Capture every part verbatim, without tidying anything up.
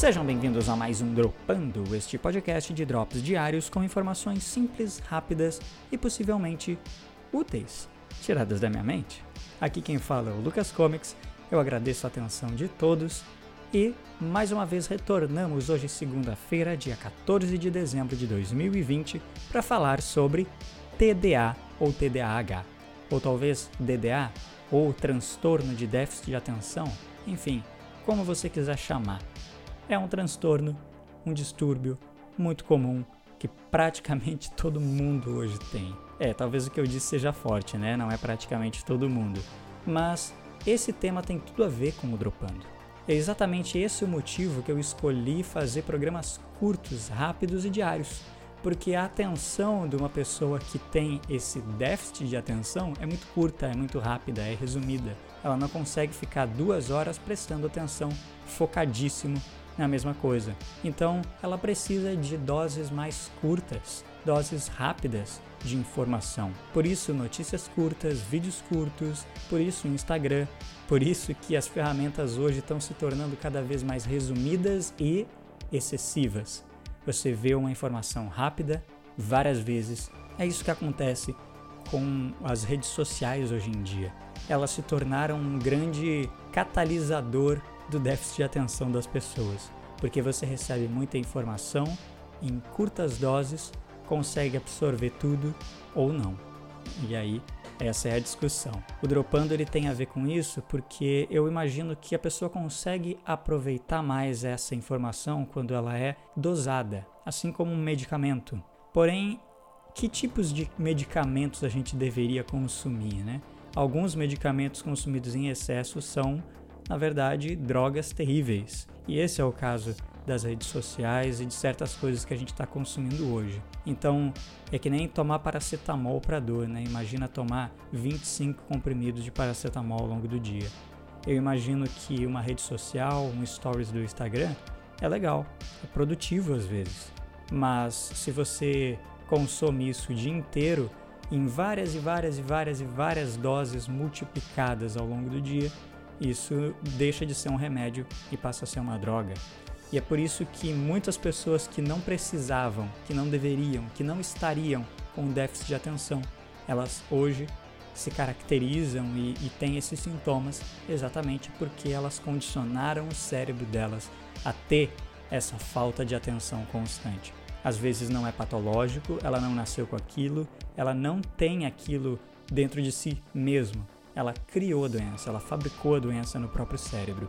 Sejam bem-vindos a mais um Dropando, este podcast de drops diários com informações simples, rápidas e possivelmente úteis, tiradas da minha mente. Aqui quem fala é o Lucas Comics, eu agradeço a atenção de todos e mais uma vez retornamos hoje segunda-feira, dia quatorze de dezembro de dois mil e vinte, para falar sobre T D A ou T D A H, ou talvez D D A ou transtorno de déficit de atenção, enfim, como você quiser chamar. É um transtorno, um distúrbio muito comum que praticamente todo mundo hoje tem. É, talvez o que eu disse seja forte, né? Não é praticamente todo mundo. Mas esse tema tem tudo a ver com o Dropando. É exatamente esse o motivo que eu escolhi fazer programas curtos, rápidos e diários. Porque a atenção de uma pessoa que tem esse déficit de atenção é muito curta, é muito rápida, é resumida. Ela não consegue ficar duas horas prestando atenção, focadíssimo na mesma coisa. Então, ela precisa de doses mais curtas, doses rápidas de informação. Por isso, notícias curtas, vídeos curtos, por isso o Instagram, por isso que as ferramentas hoje estão se tornando cada vez mais resumidas e excessivas. Você vê uma informação rápida várias vezes. É isso que acontece com as redes sociais hoje em dia. Elas se tornaram um grande catalisador do déficit de atenção das pessoas, porque você recebe muita informação em curtas doses, consegue absorver tudo ou não. E aí, essa é a discussão. O Dropando ele tem a ver com isso porque eu imagino que a pessoa consegue aproveitar mais essa informação quando ela é dosada, assim como um medicamento. Porém, que tipos de medicamentos a gente deveria consumir, né? Alguns medicamentos consumidos em excesso são, na verdade, drogas terríveis. E esse é o caso das redes sociais e de certas coisas que a gente está consumindo hoje. Então, é que nem tomar paracetamol para dor, né? Imagina tomar vinte e cinco comprimidos de paracetamol ao longo do dia. Eu imagino que uma rede social, um stories do Instagram, é legal, é produtivo às vezes. Mas se você consome isso o dia inteiro, em várias e várias e várias e várias doses multiplicadas ao longo do dia, isso deixa de ser um remédio e passa a ser uma droga. E é por isso que muitas pessoas que não precisavam, que não deveriam, que não estariam com déficit de atenção, elas hoje se caracterizam e, e têm esses sintomas exatamente porque elas condicionaram o cérebro delas a ter essa falta de atenção constante. Às vezes não é patológico, ela não nasceu com aquilo, ela não tem aquilo dentro de si mesmo. Ela criou a doença, ela fabricou a doença no próprio cérebro.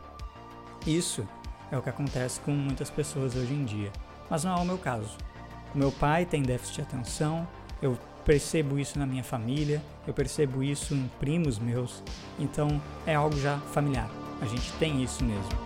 Isso é o que acontece com muitas pessoas hoje em dia, mas não é o meu caso. O meu pai tem déficit de atenção, eu percebo isso na minha família, eu percebo isso em primos meus, então é algo já familiar, a gente tem isso mesmo.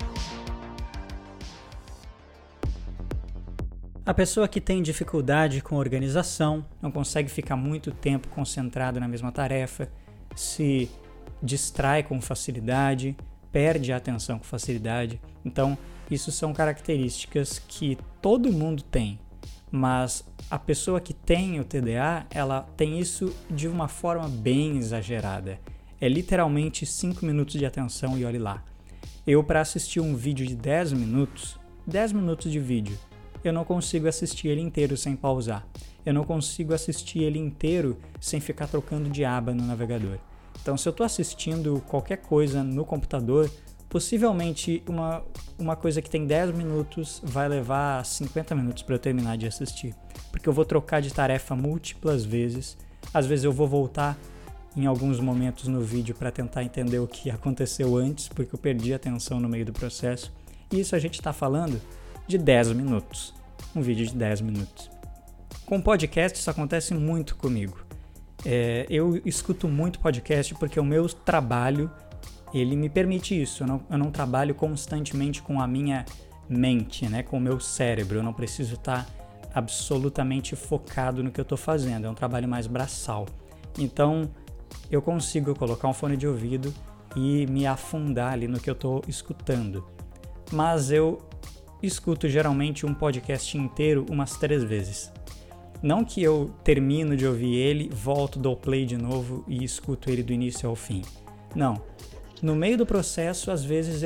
A pessoa que tem dificuldade com organização, não consegue ficar muito tempo concentrado na mesma tarefa, se distrai com facilidade, perde a atenção com facilidade. Então, isso são características que todo mundo tem, mas a pessoa que tem o T D A, ela tem isso de uma forma bem exagerada. É literalmente cinco minutos de atenção e olhe lá. Eu, para assistir um vídeo de dez minutos, dez minutos de vídeo, eu não consigo assistir ele inteiro sem pausar. Eu não consigo assistir ele inteiro sem ficar trocando de aba no navegador. Então, se eu estou assistindo qualquer coisa no computador, possivelmente uma, uma coisa que tem dez minutos vai levar cinquenta minutos para eu terminar de assistir. Porque eu vou trocar de tarefa múltiplas vezes. Às vezes eu vou voltar em alguns momentos no vídeo para tentar entender o que aconteceu antes, porque eu perdi a atenção no meio do processo. E isso a gente está falando de dez minutos. Um vídeo de dez minutos. Com podcast isso acontece muito comigo. É, eu escuto muito podcast porque o meu trabalho, ele me permite isso. Eu não, eu não trabalho constantemente com a minha mente, né, com o meu cérebro. Eu não preciso estar absolutamente focado no que eu estou fazendo. É um trabalho mais braçal. Então, eu consigo colocar um fone de ouvido e me afundar ali no que eu estou escutando. Mas eu escuto geralmente um podcast inteiro umas três vezes. Não que eu termino de ouvir ele, volto, dou play de novo e escuto ele do início ao fim. Não. No meio do processo, às vezes eu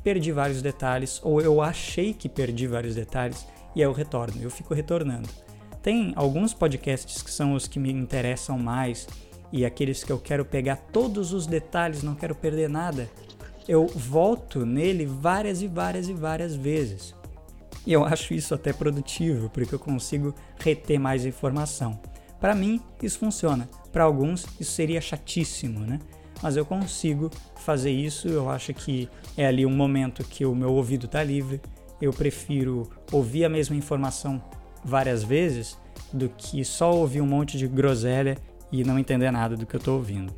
perdi vários detalhes, ou eu achei que perdi vários detalhes, e aí eu retorno, eu fico retornando. Tem alguns podcasts que são os que me interessam mais, e aqueles que eu quero pegar todos os detalhes, não quero perder nada, eu volto nele várias e várias e várias vezes. E eu acho isso até produtivo, porque eu consigo reter mais informação. Para mim, isso funciona. Para alguns, isso seria chatíssimo, né? Mas eu consigo fazer isso. Eu acho que é ali um momento que o meu ouvido está livre. Eu prefiro ouvir a mesma informação várias vezes do que só ouvir um monte de groselha e não entender nada do que eu estou ouvindo.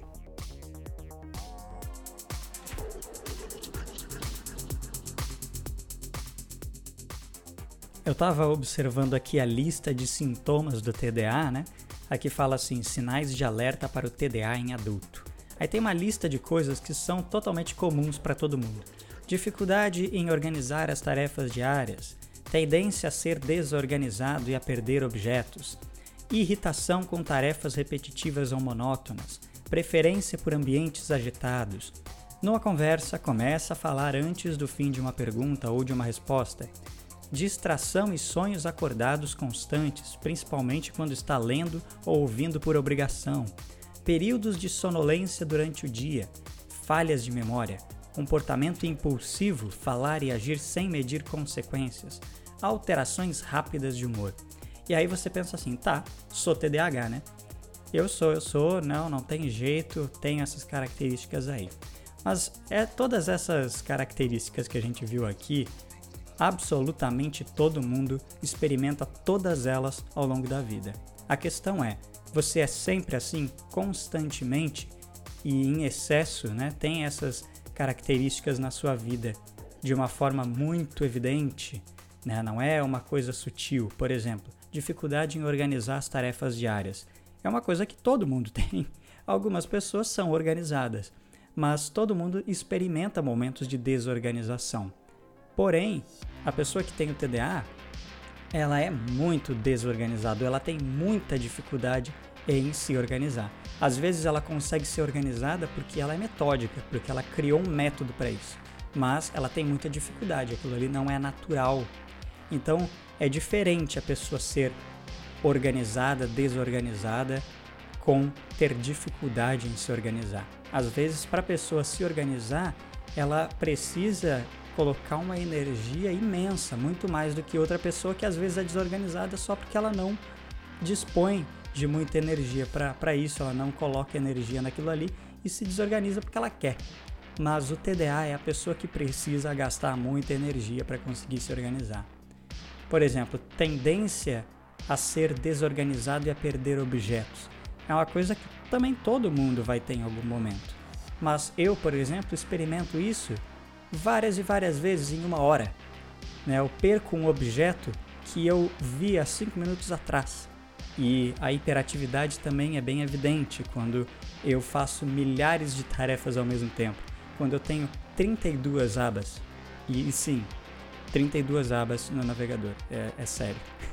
Eu estava observando aqui a lista de sintomas do T D A H, né? Aqui fala assim, sinais de alerta para o T D A H em adulto. Aí tem uma lista de coisas que são totalmente comuns para todo mundo. Dificuldade em organizar as tarefas diárias, tendência a ser desorganizado e a perder objetos, irritação com tarefas repetitivas ou monótonas, preferência por ambientes agitados. Numa conversa, começa a falar antes do fim de uma pergunta ou de uma resposta. Distração e sonhos acordados constantes, principalmente quando está lendo ou ouvindo por obrigação. Períodos de sonolência durante o dia. Falhas de memória. Comportamento impulsivo, falar e agir sem medir consequências. Alterações rápidas de humor. E aí você pensa assim, tá, sou T D A H, né? Eu sou, eu sou, não, não tem jeito, tenho essas características aí. Mas é todas essas características que a gente viu aqui, absolutamente todo mundo experimenta todas elas ao longo da vida. A questão é, você é sempre assim, constantemente e em excesso, né? Tem essas características na sua vida de uma forma muito evidente, né? Não é uma coisa sutil. Por exemplo, dificuldade em organizar as tarefas diárias. É uma coisa que todo mundo tem. Algumas pessoas são organizadas, mas todo mundo experimenta momentos de desorganização. Porém, a pessoa que tem o T D A H, ela é muito desorganizada, ela tem muita dificuldade em se organizar. Às vezes ela consegue ser organizada porque ela é metódica, porque ela criou um método para isso, mas ela tem muita dificuldade, aquilo ali não é natural. Então, é diferente a pessoa ser organizada, desorganizada, com ter dificuldade em se organizar. Às vezes, para a pessoa se organizar, ela precisa colocar uma energia imensa, muito mais do que outra pessoa que às vezes é desorganizada só porque ela não dispõe de muita energia para isso, ela não coloca energia naquilo ali e se desorganiza porque ela quer. Mas o T D A H é a pessoa que precisa gastar muita energia para conseguir se organizar. Por exemplo, tendência a ser desorganizado e a perder objetos. É uma coisa que também todo mundo vai ter em algum momento. Mas eu, por exemplo, experimento isso várias e várias vezes em uma hora. Né? Eu perco um objeto que eu vi há cinco minutos atrás. E a hiperatividade também é bem evidente quando eu faço milhares de tarefas ao mesmo tempo. Quando eu tenho trinta e duas abas. E, e sim, trinta e duas abas no navegador. É, é sério.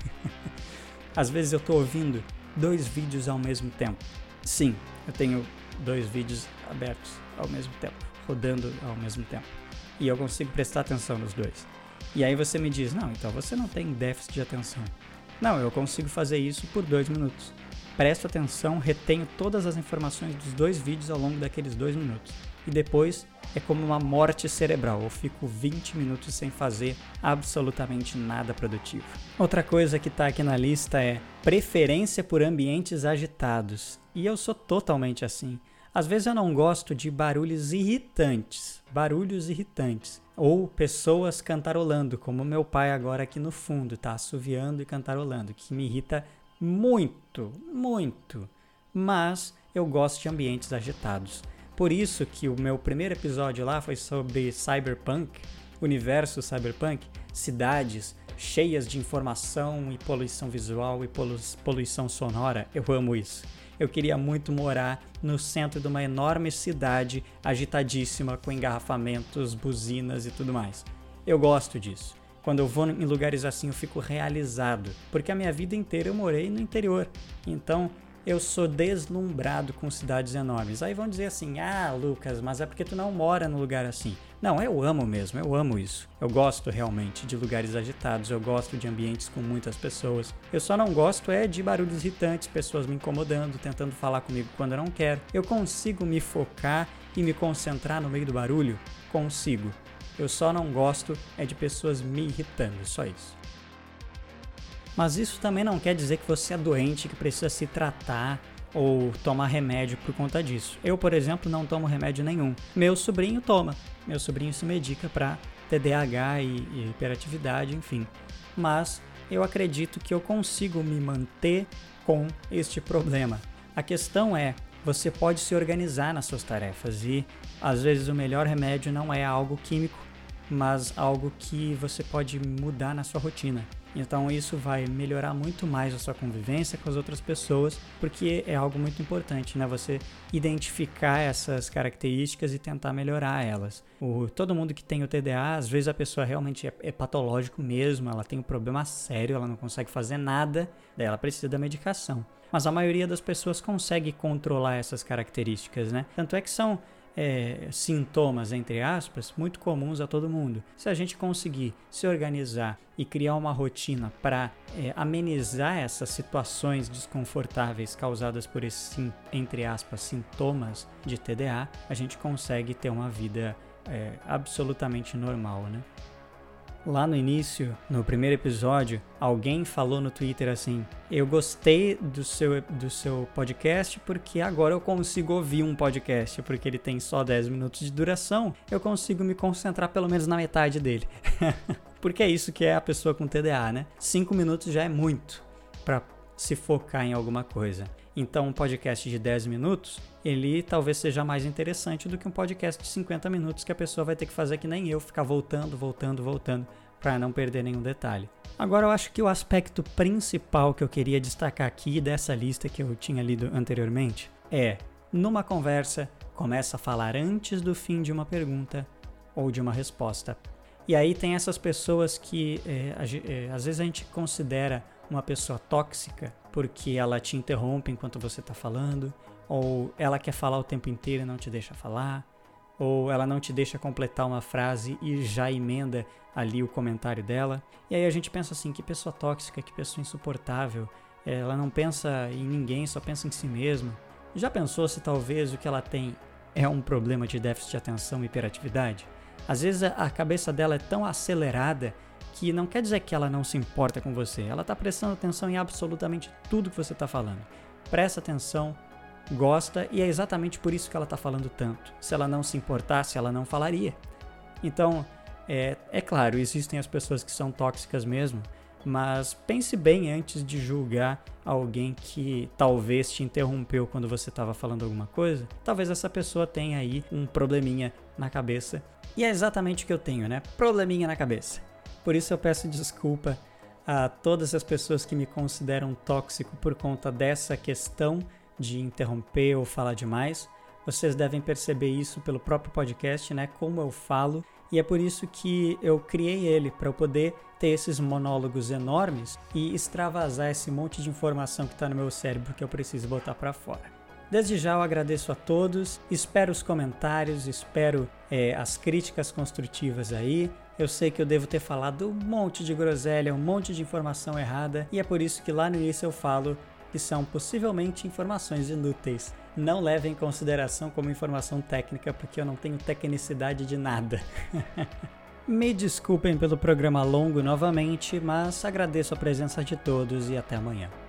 Às vezes eu estou ouvindo dois vídeos ao mesmo tempo. Sim, eu tenho dois vídeos abertos ao mesmo tempo, rodando ao mesmo tempo. E eu consigo prestar atenção nos dois. E aí você me diz, não, então você não tem déficit de atenção. Não, eu consigo fazer isso por dois minutos. Presto atenção, retenho todas as informações dos dois vídeos ao longo daqueles dois minutos. E depois é como uma morte cerebral. Eu fico vinte minutos sem fazer absolutamente nada produtivo. Outra coisa que está aqui na lista é preferência por ambientes agitados. E eu sou totalmente assim. Às vezes eu não gosto de barulhos irritantes, barulhos irritantes, ou pessoas cantarolando, como meu pai agora aqui no fundo, tá assoviando e cantarolando, que me irrita muito, muito. Mas eu gosto de ambientes agitados. Por isso que o meu primeiro episódio lá foi sobre cyberpunk, universo cyberpunk, cidades cheias de informação e poluição visual e polu- poluição sonora. Eu amo isso. Eu queria muito morar no centro de uma enorme cidade agitadíssima com engarrafamentos, buzinas e tudo mais. Eu gosto disso. Quando eu vou em lugares assim eu fico realizado, porque a minha vida inteira eu morei no interior. Então eu sou deslumbrado com cidades enormes. Aí vão dizer assim, ah, Lucas, mas é porque tu não mora num lugar assim. Não, eu amo mesmo, eu amo isso. Eu gosto realmente de lugares agitados, eu gosto de ambientes com muitas pessoas. Eu só não gosto é de barulhos irritantes, pessoas me incomodando, tentando falar comigo quando eu não quero. Eu consigo me focar e me concentrar no meio do barulho? Consigo. Eu só não gosto é de pessoas me irritando, só isso. Mas isso também não quer dizer que você é doente, que precisa se tratar ou tomar remédio por conta disso. Eu, por exemplo, não tomo remédio nenhum. Meu sobrinho toma. Meu sobrinho se medica para T D A H e, e hiperatividade, enfim. Mas eu acredito que eu consigo me manter com este problema. A questão é, você pode se organizar nas suas tarefas e, às vezes, o melhor remédio não é algo químico, mas algo que você pode mudar na sua rotina. Então isso vai melhorar muito mais a sua convivência com as outras pessoas, porque é algo muito importante, né? Você identificar essas características e tentar melhorar elas. O, todo mundo que tem o T D A H, às vezes a pessoa realmente é, é patológico mesmo, ela tem um problema sério, ela não consegue fazer nada, daí ela precisa da medicação. Mas a maioria das pessoas consegue controlar essas características, né? Tanto é que são É, sintomas, entre aspas, muito comuns a todo mundo. Se a gente conseguir se organizar e criar uma rotina para é, amenizar essas situações desconfortáveis causadas por esses, entre aspas, sintomas de T D A H, a gente consegue ter uma vida é, absolutamente normal, né? Lá no início, no primeiro episódio, alguém falou no Twitter assim, eu gostei do seu, do seu podcast porque agora eu consigo ouvir um podcast, porque ele tem só dez minutos de duração, eu consigo me concentrar pelo menos na metade dele. Porque é isso que é a pessoa com T D A H, né? cinco minutos já é muito para se focar em alguma coisa. Então um podcast de dez minutos, ele talvez seja mais interessante do que um podcast de cinquenta minutos que a pessoa vai ter que fazer que nem eu, ficar voltando, voltando, voltando, para não perder nenhum detalhe. Agora eu acho que o aspecto principal que eu queria destacar aqui dessa lista que eu tinha lido anteriormente é, numa conversa, começa a falar antes do fim de uma pergunta ou de uma resposta. E aí tem essas pessoas que é, é, às vezes a gente considera uma pessoa tóxica porque ela te interrompe enquanto você está falando, ou ela quer falar o tempo inteiro e não te deixa falar, ou ela não te deixa completar uma frase e já emenda ali o comentário dela. E aí a gente pensa assim, que pessoa tóxica, que pessoa insuportável, ela não pensa em ninguém, só pensa em si mesma. Já pensou se talvez o que ela tem é um problema de déficit de atenção e hiperatividade? Às vezes a cabeça dela é tão acelerada que não quer dizer que ela não se importa com você. Ela está prestando atenção em absolutamente tudo que você está falando. Presta atenção, gosta, e é exatamente por isso que ela está falando tanto. Se ela não se importasse, ela não falaria. Então, é, é claro, existem as pessoas que são tóxicas mesmo, mas pense bem antes de julgar alguém que talvez te interrompeu quando você estava falando alguma coisa. Talvez essa pessoa tenha aí um probleminha na cabeça. E é exatamente o que eu tenho, né? Probleminha na cabeça. Por isso eu peço desculpa a todas as pessoas que me consideram tóxico por conta dessa questão de interromper ou falar demais. Vocês devem perceber isso pelo próprio podcast, né? Como eu falo. E é por isso que eu criei ele, para eu poder ter esses monólogos enormes e extravasar esse monte de informação que está no meu cérebro que eu preciso botar para fora. Desde já eu agradeço a todos, espero os comentários, espero é, as críticas construtivas aí. Eu sei que eu devo ter falado um monte de groselha, um monte de informação errada, e é por isso que lá no início eu falo que são possivelmente informações inúteis. Não levem em consideração como informação técnica, porque eu não tenho tecnicidade de nada. Me desculpem pelo programa longo novamente, mas agradeço a presença de todos e até amanhã.